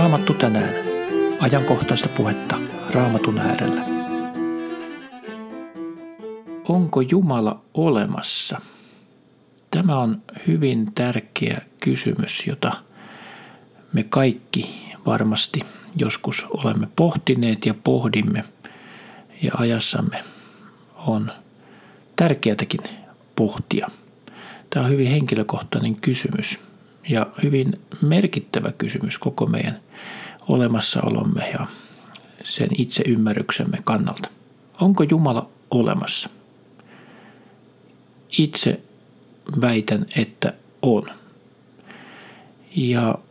Raamattu tänään. Ajankohtaista puhetta Raamatun äärellä. Onko Jumala olemassa? Tämä on hyvin tärkeä kysymys, jota me kaikki varmasti joskus olemme pohtineet ja pohdimme. Ja ajassamme on tärkeätäkin pohtia. Tämä on hyvin henkilökohtainen kysymys ja hyvin merkittävä kysymys koko meidän olemassaolomme ja sen itseymmärryksemme kannalta. Onko Jumala olemassa? Itse väitän, että on. Ja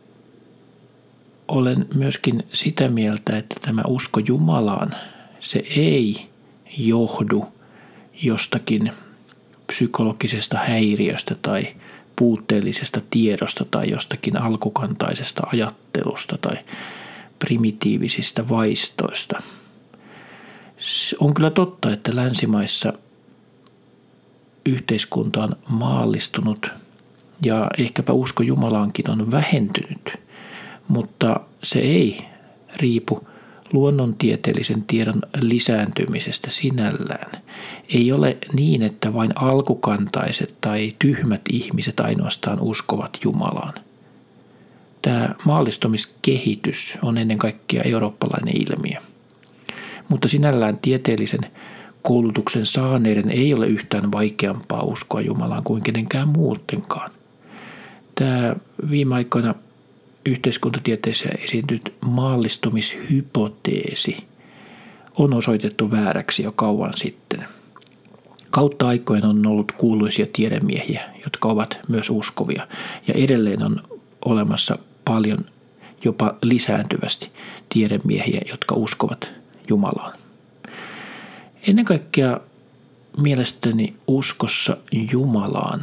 olen myöskin sitä mieltä, että tämä usko Jumalaan, se ei johdu jostakin psykologisesta häiriöstä tai puutteellisesta tiedosta tai jostakin alkukantaisesta ajattelusta tai primitiivisistä vaistoista. On kyllä totta, että länsimaissa yhteiskunta on maallistunut ja ehkäpä usko Jumalaankin on vähentynyt, mutta se ei riipu luonnontieteellisen tiedon lisääntymisestä sinällään. Ei ole niin, että vain alkukantaiset tai tyhmät ihmiset ainoastaan uskovat Jumalaan. Tämä maallistumiskehitys on ennen kaikkea eurooppalainen ilmiö. Mutta sinällään tieteellisen koulutuksen saaneiden ei ole yhtään vaikeampaa uskoa Jumalaan kuin kenenkään muutenkaan. Tämä viime aikoina yhteiskuntatieteessä esiintynyt maallistumishypoteesi on osoitettu vääräksi jo kauan sitten. Kautta aikojen on ollut kuuluisia tiedemiehiä, jotka ovat myös uskovia, ja edelleen on olemassa paljon, jopa lisääntyvästi tiedemiehiä, jotka uskovat Jumalaan. Ennen kaikkea mielestäni uskossa Jumalaan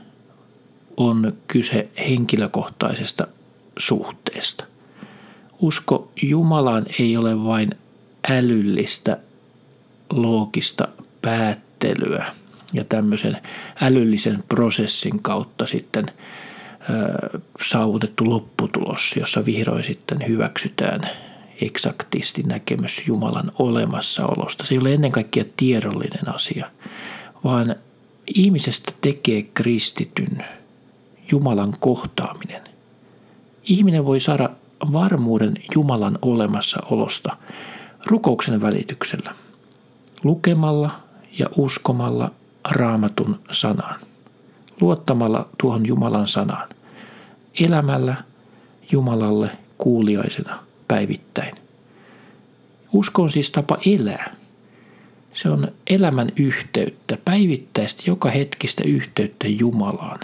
on kyse henkilökohtaisesta suhteesta. Usko Jumalaan ei ole vain älyllistä, loogista päättelyä ja tämmöisen älyllisen prosessin kautta sitten saavutettu lopputulos, jossa vihdoin sitten hyväksytään eksaktisti näkemys Jumalan olemassaolosta. Se ei ole ennen kaikkea tiedollinen asia, vaan ihmisestä tekee kristityn Jumalan kohtaaminen. Ihminen voi saada varmuuden Jumalan olemassaolosta rukouksen välityksellä, lukemalla ja uskomalla Raamatun sanaan, luottamalla tuohon Jumalan sanaan, elämällä Jumalalle kuuliaisena päivittäin. Usko on siis tapa elää. Se on elämän yhteyttä, päivittäistä joka hetkistä yhteyttä Jumalaan.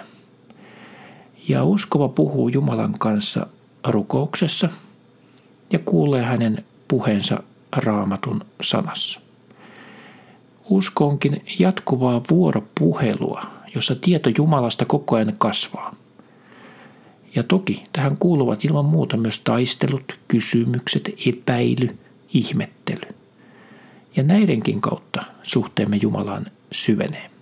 Ja uskova puhuu Jumalan kanssa rukouksessa ja kuulee hänen puheensa Raamatun sanassa. Usko onkin jatkuvaa vuoropuhelua, jossa tieto Jumalasta koko ajan kasvaa. Ja toki tähän kuuluvat ilman muuta myös taistelut, kysymykset, epäily, ihmettely. Ja näidenkin kautta suhteemme Jumalaan syvenee.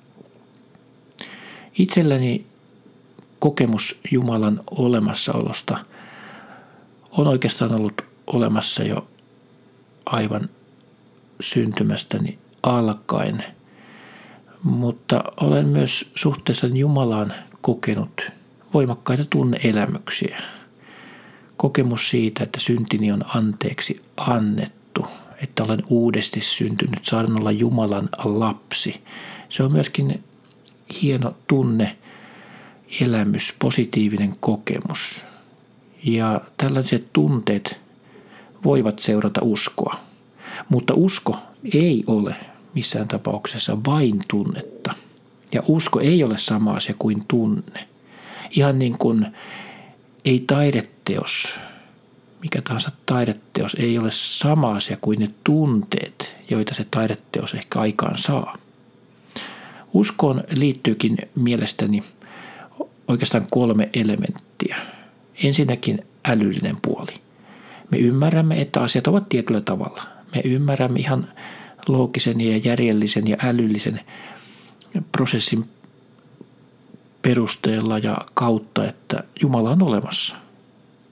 Itselläni kokemus Jumalan olemassaolosta on oikeastaan ollut olemassa jo aivan syntymästäni alkaen, mutta olen myös suhteessa Jumalaan kokenut voimakkaita tunne-elämyksiä. Kokemus siitä, että syntini on anteeksi annettu, että olen uudesti syntynyt, saadaan olla Jumalan lapsi. Se on myöskin hieno tunne, elämys, positiivinen kokemus. Ja tällaiset tunteet voivat seurata uskoa. Mutta usko ei ole missään tapauksessa vain tunnetta. Ja usko ei ole sama asia kuin tunne. Ihan niin kuin ei taideteos, mikä tahansa taideteos, ei ole sama asia kuin ne tunteet, joita se taideteos ehkä aikaan saa. Uskoon liittyykin mielestäni oikeastaan 3 elementtiä. Ensinnäkin älyllinen puoli. Me ymmärrämme, että asiat ovat tietyllä tavalla. Me ymmärrämme ihan loogisen ja järjellisen ja älyllisen prosessin perusteella ja kautta, että Jumala on olemassa.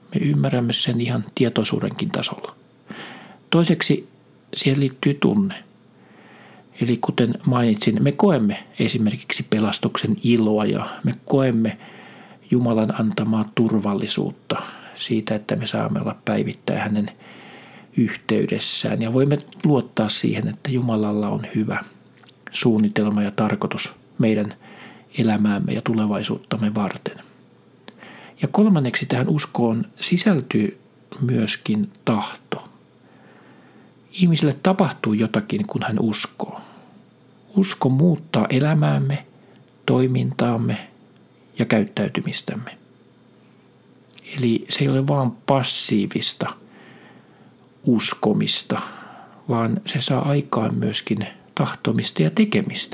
Me ymmärrämme sen ihan tietoisuudenkin tasolla. Toiseksi siihen liittyy tunne. Eli kuten mainitsin, me koemme esimerkiksi pelastuksen iloa ja me koemme Jumalan antamaa turvallisuutta siitä, että me saamme olla päivittäin hänen yhteydessään. Ja voimme luottaa siihen, että Jumalalla on hyvä suunnitelma ja tarkoitus meidän elämäämme ja tulevaisuuttamme varten. Ja kolmanneksi tähän uskoon sisältyy myöskin tahto. Ihmiselle tapahtuu jotakin, kun hän uskoo. Usko muuttaa elämäämme, toimintaamme ja käyttäytymistämme. Eli se ei ole vain passiivista uskomista, vaan se saa aikaan myöskin tahtomista ja tekemistä.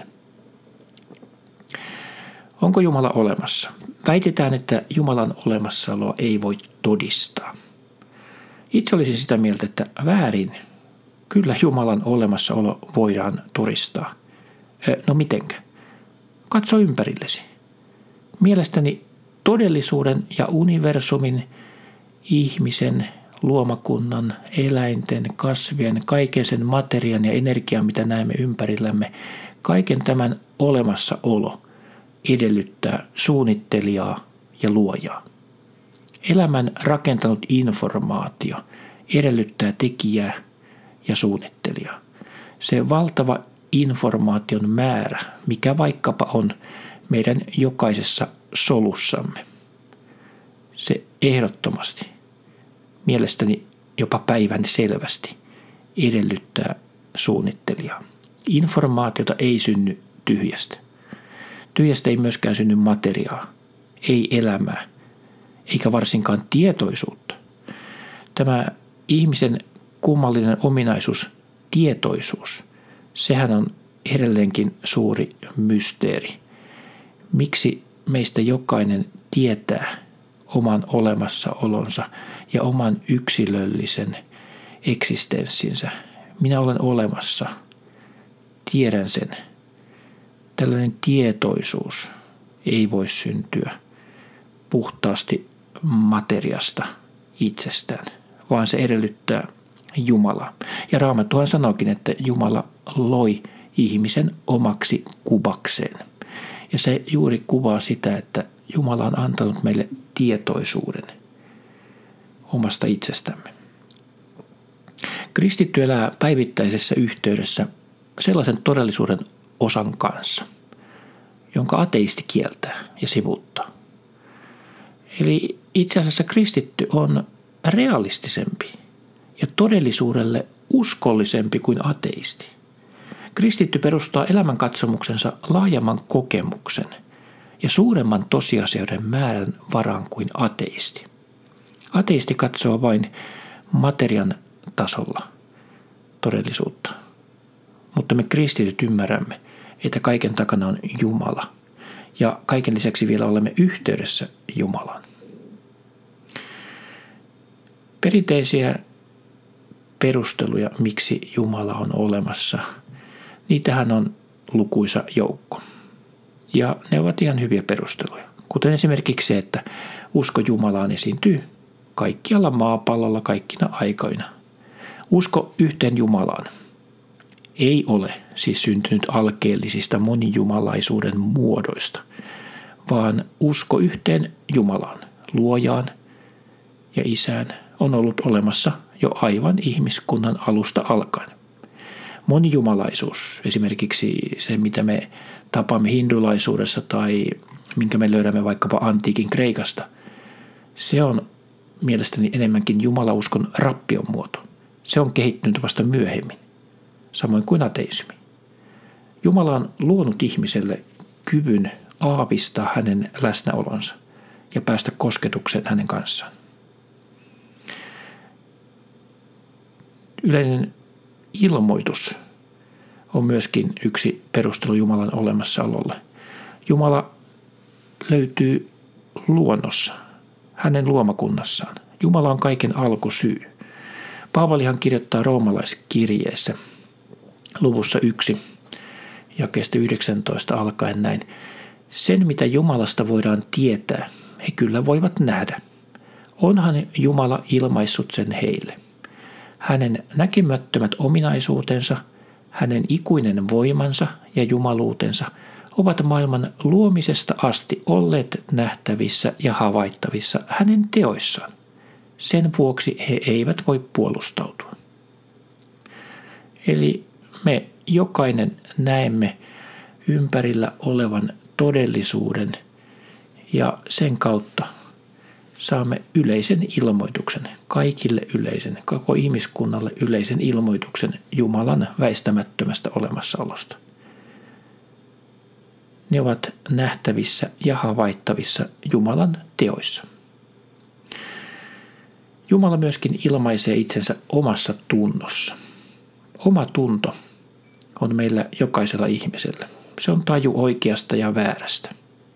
Onko Jumala olemassa? Väitetään, että Jumalan olemassaoloa ei voi todistaa. Itse olisin sitä mieltä, että väärin. Kyllä Jumalan olemassaolo voidaan todistaa. No mitenkä? Katso ympärillesi. Mielestäni todellisuuden ja universumin, ihmisen, luomakunnan, eläinten, kasvien, kaiken sen materian ja energian, mitä näemme ympärillämme, kaiken tämän olemassaolo edellyttää suunnittelijaa ja luojaa. Elämän rakentanut informaatio edellyttää tekijää ja suunnittelijaa. Se valtava informaation määrä, mikä vaikkapa on meidän jokaisessa solussamme, se ehdottomasti, mielestäni jopa päivän selvästi, edellyttää suunnittelijaa. Informaatiota ei synny tyhjästä. Tyhjästä ei myöskään synny materiaa, ei elämää, eikä varsinkaan tietoisuutta. Tämä ihmisen kummallinen ominaisuus, tietoisuus, sehän on edelleenkin suuri mysteeri. Miksi meistä jokainen tietää oman olemassaolonsa ja oman yksilöllisen eksistenssinsä? Minä olen olemassa, tiedän sen. Tällainen tietoisuus ei voi syntyä puhtaasti materiasta itsestään, vaan se edellyttää Jumalaa. Ja Raamattuhan sanookin, että Jumala loi ihmisen omaksi kuvakseen. Ja se juuri kuvaa sitä, että Jumala on antanut meille tietoisuuden omasta itsestämme. Kristitty elää päivittäisessä yhteydessä sellaisen todellisuuden osan kanssa, jonka ateisti kieltää ja sivuuttaa. Eli itse asiassa kristitty on realistisempi ja todellisuudelle uskollisempi kuin ateisti. Kristitty perustaa elämänkatsomuksensa laajemman kokemuksen ja suuremman tosiasioiden määrän varaan kuin ateisti. Ateisti katsoo vain materian tasolla todellisuutta, mutta me kristityt ymmärrämme, että kaiken takana on Jumala ja kaiken lisäksi vielä olemme yhteydessä Jumalaan. Perinteisiä perusteluja, miksi Jumala on olemassa, niitähän on lukuisa joukko. Ja ne ovat ihan hyviä perusteluja. Kuten esimerkiksi se, että usko Jumalaan esiintyy kaikkialla maapallolla kaikkina aikoina. Usko yhteen Jumalaan ei ole siis syntynyt alkeellisista monijumalaisuuden muodoista, vaan usko yhteen Jumalaan, luojaan ja Isään on ollut olemassa jo aivan ihmiskunnan alusta alkaen. Monijumalaisuus, esimerkiksi se mitä me tapaamme hindulaisuudessa tai minkä me löydämme vaikkapa antiikin Kreikasta, se on mielestäni enemmänkin jumalauskon rappion muoto. Se on kehittynyt vasta myöhemmin, samoin kuin ateismi. Jumala on luonut ihmiselle kyvyn aavistaa hänen läsnäolonsa ja päästä kosketukseen hänen kanssaan. Yleinen ilmoitus on myöskin yksi perustelu Jumalan olemassaololle. Jumala löytyy luonnossa, hänen luomakunnassaan. Jumala on kaiken alkusyy. Paavalihan kirjoittaa roomalaiskirjeessä luvussa 1 jakeesta 19 alkaen näin. Sen, mitä Jumalasta voidaan tietää, he kyllä voivat nähdä. Onhan Jumala ilmaissut sen heille. Hänen näkemättömät ominaisuutensa, hänen ikuinen voimansa ja jumaluutensa ovat maailman luomisesta asti olleet nähtävissä ja havaittavissa hänen teoissaan. Sen vuoksi he eivät voi puolustautua. Eli me jokainen näemme ympärillä olevan todellisuuden ja sen kautta saamme yleisen ilmoituksen, kaikille yleisen, koko ihmiskunnalle yleisen ilmoituksen Jumalan väistämättömästä olemassaolosta. Ne ovat nähtävissä ja havaittavissa Jumalan teoissa. Jumala myöskin ilmaisee itsensä omassa tunnossa. Oma tunto on meillä jokaisella ihmisellä. Se on taju oikeasta ja väärästä.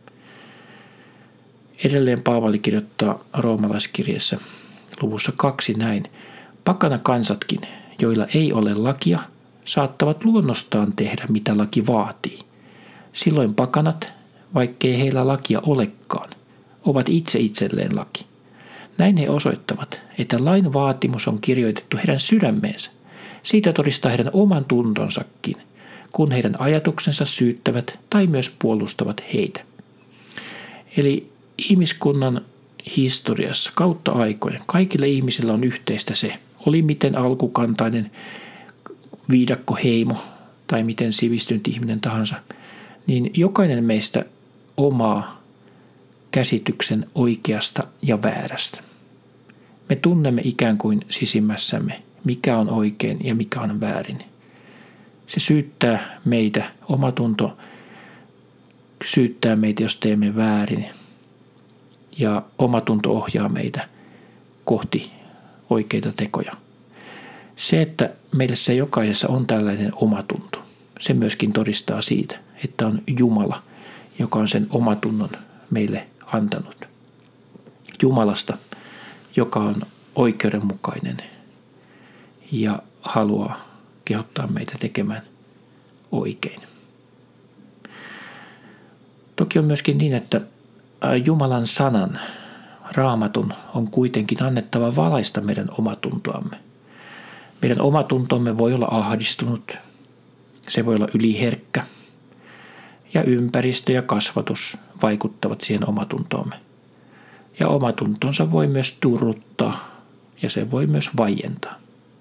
Edelleen Paavali kirjoittaa roomalaiskirjeessä luvussa 2 näin. Pakana kansatkin, joilla ei ole lakia, saattavat luonnostaan tehdä mitä laki vaatii. Silloin pakanat, vaikkei heillä lakia olekaan, ovat itse itselleen laki. Näin he osoittavat, että lain vaatimus on kirjoitettu heidän sydämeensä. Siitä todistaa heidän oman tuntonsakin, kun heidän ajatuksensa syyttävät tai myös puolustavat heitä. Eli ihmiskunnan historiassa kautta aikojen kaikille ihmisillä on yhteistä se, oli miten alkukantainen viidakkoheimo tai miten sivistynyt ihminen tahansa, niin jokainen meistä omaa käsityksen oikeasta ja väärästä. Me tunnemme ikään kuin sisimmässämme, mikä on oikein ja mikä on väärin. Se syyttää meitä, omatunto syyttää meitä, jos teemme väärin. Ja omatunto ohjaa meitä kohti oikeita tekoja. Se, että meissä jokaisessa on tällainen omatunto, se myöskin todistaa siitä, että on Jumala, joka on sen omatunnon meille antanut. Jumalasta, joka on oikeudenmukainen ja haluaa kehottaa meitä tekemään oikein. Toki on myöskin niin, että Jumalan sanan, Raamatun, on kuitenkin annettava valaista meidän omatuntoamme. Meidän omatuntomme voi olla ahdistunut, se voi olla yliherkkä ja ympäristö ja kasvatus vaikuttavat siihen omatuntoomme. Ja omatuntonsa voi myös turruttaa ja se voi myös vaientaa.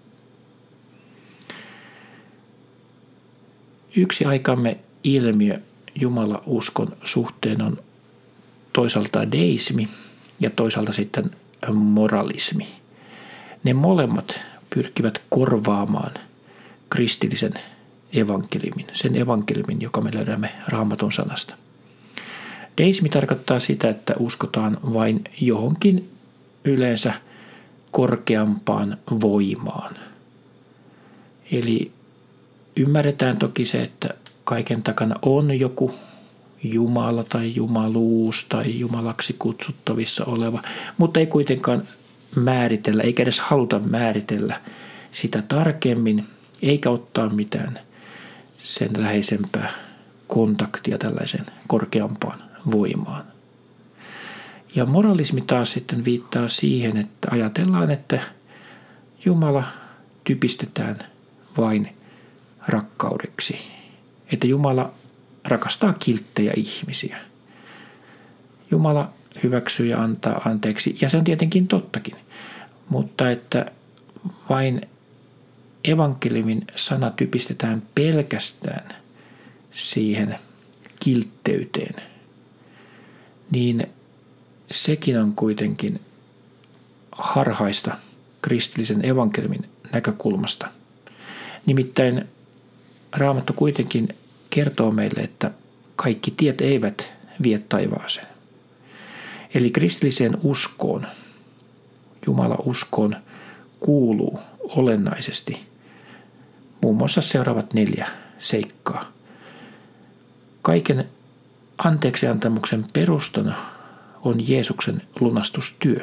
Yksi aikamme ilmiö Jumala-uskon suhteen on toisaalta deismi ja toisaalta sitten moralismi. Ne molemmat pyrkivät korvaamaan kristillisen evankeliumin, sen evankeliumin, joka me löydämme Raamatun sanasta. Deismi tarkoittaa sitä, että uskotaan vain johonkin yleensä korkeampaan voimaan. Eli ymmärretään toki se, että kaiken takana on joku Jumala tai jumaluus tai jumalaksi kutsuttavissa oleva, mutta ei kuitenkaan määritellä, eikä edes haluta määritellä sitä tarkemmin, eikä ottaa mitään sen läheisempää kontaktia tällaisen korkeampaan voimaan. Ja moralismi taas sitten viittaa siihen, että ajatellaan, että Jumala typistetään vain rakkaudeksi. Että Jumala rakastaa kilttejä ihmisiä. Jumala hyväksyy ja antaa anteeksi, ja se on tietenkin tottakin. Mutta että vain evankeliumin sana typistetään pelkästään siihen kiltteyteen, niin sekin on kuitenkin harhaista kristillisen evankeliumin näkökulmasta. Nimittäin Raamattu kuitenkin kertoo meille, että kaikki tiet eivät vie taivaaseen. Eli kristilliseen uskoon, Jumala-uskoon kuuluu olennaisesti muun muassa seuraavat 4 seikkaa. Kaiken anteeksiantamuksen perustana on Jeesuksen lunastustyö.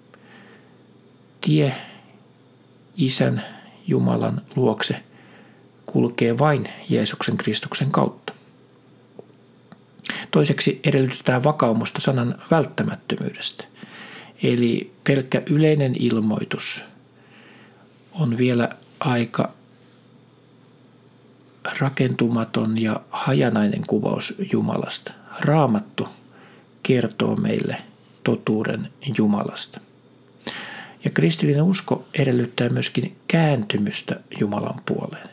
Tie Isän Jumalan luokse kulkee vain Jeesuksen Kristuksen kautta. Toiseksi edellytetään vakaumusta sanan välttämättömyydestä. Eli pelkkä yleinen ilmoitus on vielä aika rakentumaton ja hajanainen kuvaus Jumalasta. Raamattu kertoo meille totuuden Jumalasta. Ja kristillinen usko edellyttää myöskin kääntymystä Jumalan puoleen.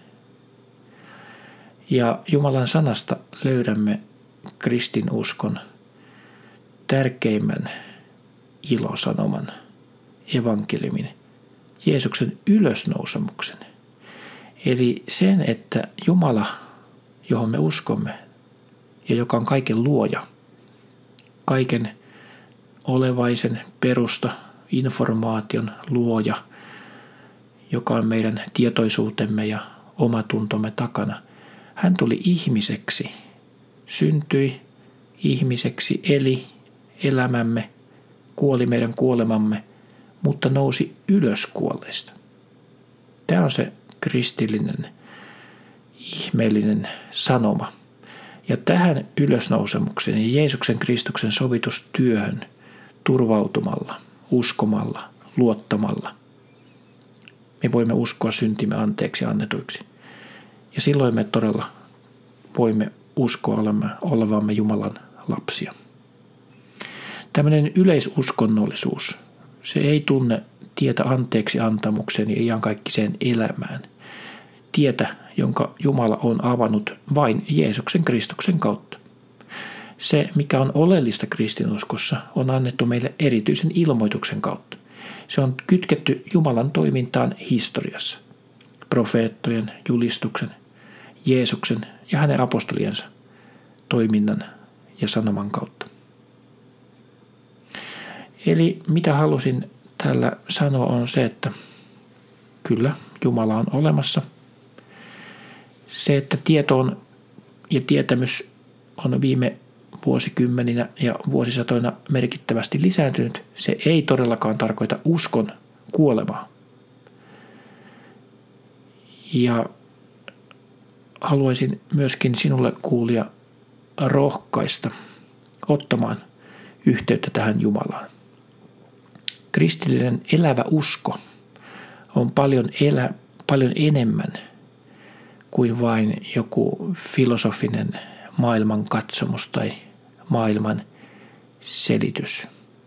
Ja Jumalan sanasta löydämme kristinuskon tärkeimmän ilosanoman, evankeliumin, Jeesuksen ylösnousemuksen. Eli sen, että Jumala, johon me uskomme ja joka on kaiken luoja, kaiken olevaisen perusta, informaation luoja, joka on meidän tietoisuutemme ja omatuntomme takana. Hän tuli ihmiseksi, syntyi ihmiseksi, eli elämämme, kuoli meidän kuolemamme, mutta nousi ylös kuolleista. Tämä on se kristillinen, ihmeellinen sanoma. Ja tähän ylösnousemukseen ja Jeesuksen Kristuksen sovitustyöhön turvautumalla, uskomalla, luottamalla me voimme uskoa syntimme anteeksi annetuiksi. Ja silloin me todella voimme uskoa olevamme Jumalan lapsia. Tämmöinen yleisuskonnollisuus, se ei tunne tietä anteeksi antamukseen ja iankaikkiseen elämään. Tietä, jonka Jumala on avannut vain Jeesuksen Kristuksen kautta. Se, mikä on oleellista kristinuskossa, on annettu meille erityisen ilmoituksen kautta. Se on kytketty Jumalan toimintaan historiassa, profeettojen, julistuksen, Jeesuksen ja hänen apostoliensa toiminnan ja sanoman kautta. Eli mitä halusin tällä sanoa on se, että kyllä Jumala on olemassa. Se, että tieto on ja tietämys on viime vuosikymmeninä ja vuosisatoina merkittävästi lisääntynyt, se ei todellakaan tarkoita uskon kuolemaa. Ja haluaisin myöskin sinulle kuulija rohkaista ottamaan yhteyttä tähän Jumalaan. Kristillinen elävä usko on paljon enemmän kuin vain joku filosofinen maailmankatsomus tai maailman selitys,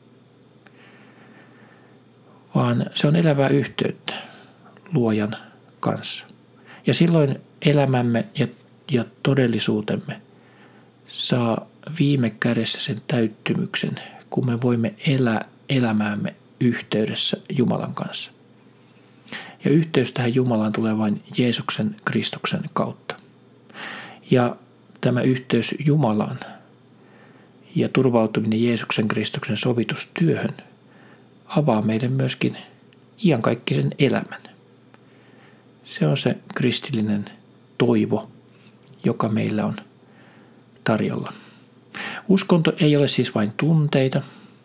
vaan se on elävää yhteyttä luojan kanssa. Ja silloin elämämme ja todellisuutemme saa viime kädessä sen täyttymyksen, kun me voimme elää elämäämme yhteydessä Jumalan kanssa. Ja yhteys tähän Jumalaan tulee vain Jeesuksen Kristuksen kautta. Ja tämä yhteys Jumalaan ja turvautuminen Jeesuksen Kristuksen sovitustyöhön avaa meille myöskin iankaikkisen elämän. Se on se kristillinen toivo, joka meillä on tarjolla. Uskonto ei ole siis vain tunteita.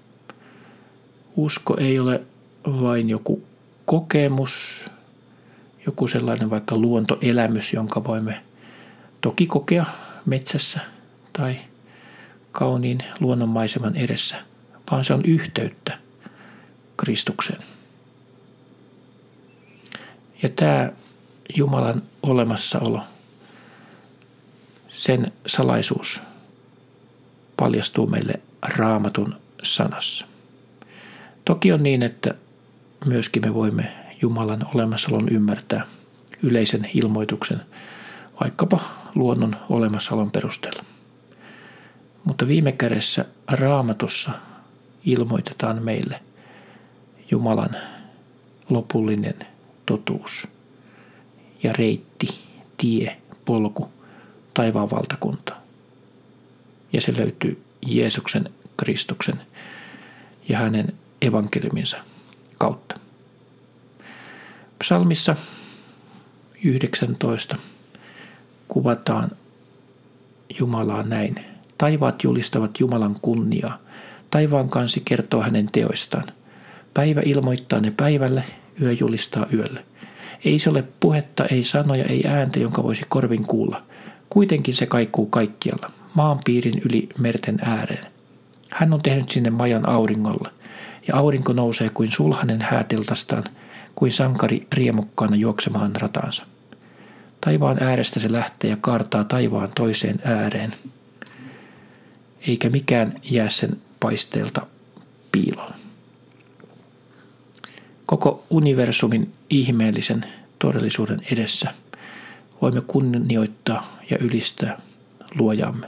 Usko ei ole vain joku kokemus, joku sellainen vaikka luontoelämys, jonka voimme toki kokea metsässä tai kauniin luonnonmaiseman edessä, vaan se on yhteyttä Kristukseen. Ja tämä Jumalan olemassaolo, sen salaisuus paljastuu meille Raamatun sanassa. Toki on niin, että myöskin me voimme Jumalan olemassaolon ymmärtää yleisen ilmoituksen vaikkapa luonnon olemassaolon perusteella. Mutta viime kädessä Raamatussa ilmoitetaan meille Jumalan lopullinen totuus ja reitti, tie, polku taivaan valtakuntaan. Ja se löytyy Jeesuksen Kristuksen ja hänen evankeliuminsa kautta. Psalmissa 19 kuvataan Jumalaa näin. Taivaat julistavat Jumalan kunniaa. Taivaan kansi kertoo hänen teoistaan. Päivä ilmoittaa ne päivälle, yö julistaa yölle. Ei se ole puhetta, ei sanoja, ei ääntä, jonka voisi korvin kuulla. Kuitenkin se kaikuu kaikkialla, maan piirin yli merten ääreen. Hän on tehnyt sinne majan auringolle. ja aurinko nousee kuin sulhanen hääteltastaan, kuin sankari riemukkaana juoksemaan rataansa. Taivaan äärestä se lähtee ja kaartaa taivaan toiseen ääreen, eikä mikään jää sen paisteelta piiloon. Koko universumin ihmeellisen todellisuuden edessä voimme kunnioittaa ja ylistää luojamme.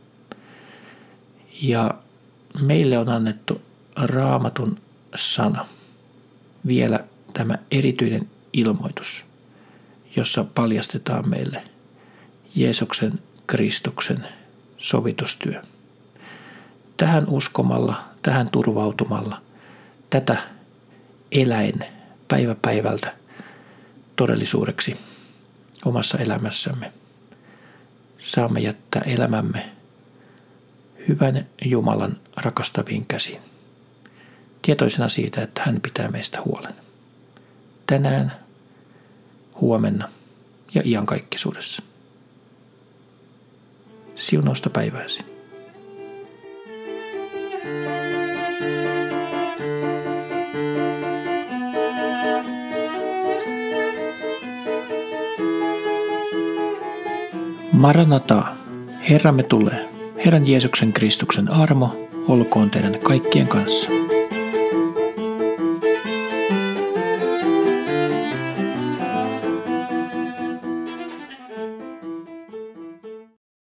Ja meille on annettu Raamatun sana, vielä tämä erityinen ilmoitus, jossa paljastetaan meille Jeesuksen Kristuksen sovitustyö. Tähän uskomalla, tähän turvautumalla, tätä eläen päivä päivältä todellisuudeksi omassa elämässämme saamme jättää elämämme hyvän Jumalan rakastaviin käsiin, tietoisena siitä, että hän pitää meistä huolen. Tänään, huomenna ja iankaikkisuudessa. Siunausta päivääsi. Maranatha, Herramme tulee. Herran Jeesuksen Kristuksen armo olkoon teidän kaikkien kanssa.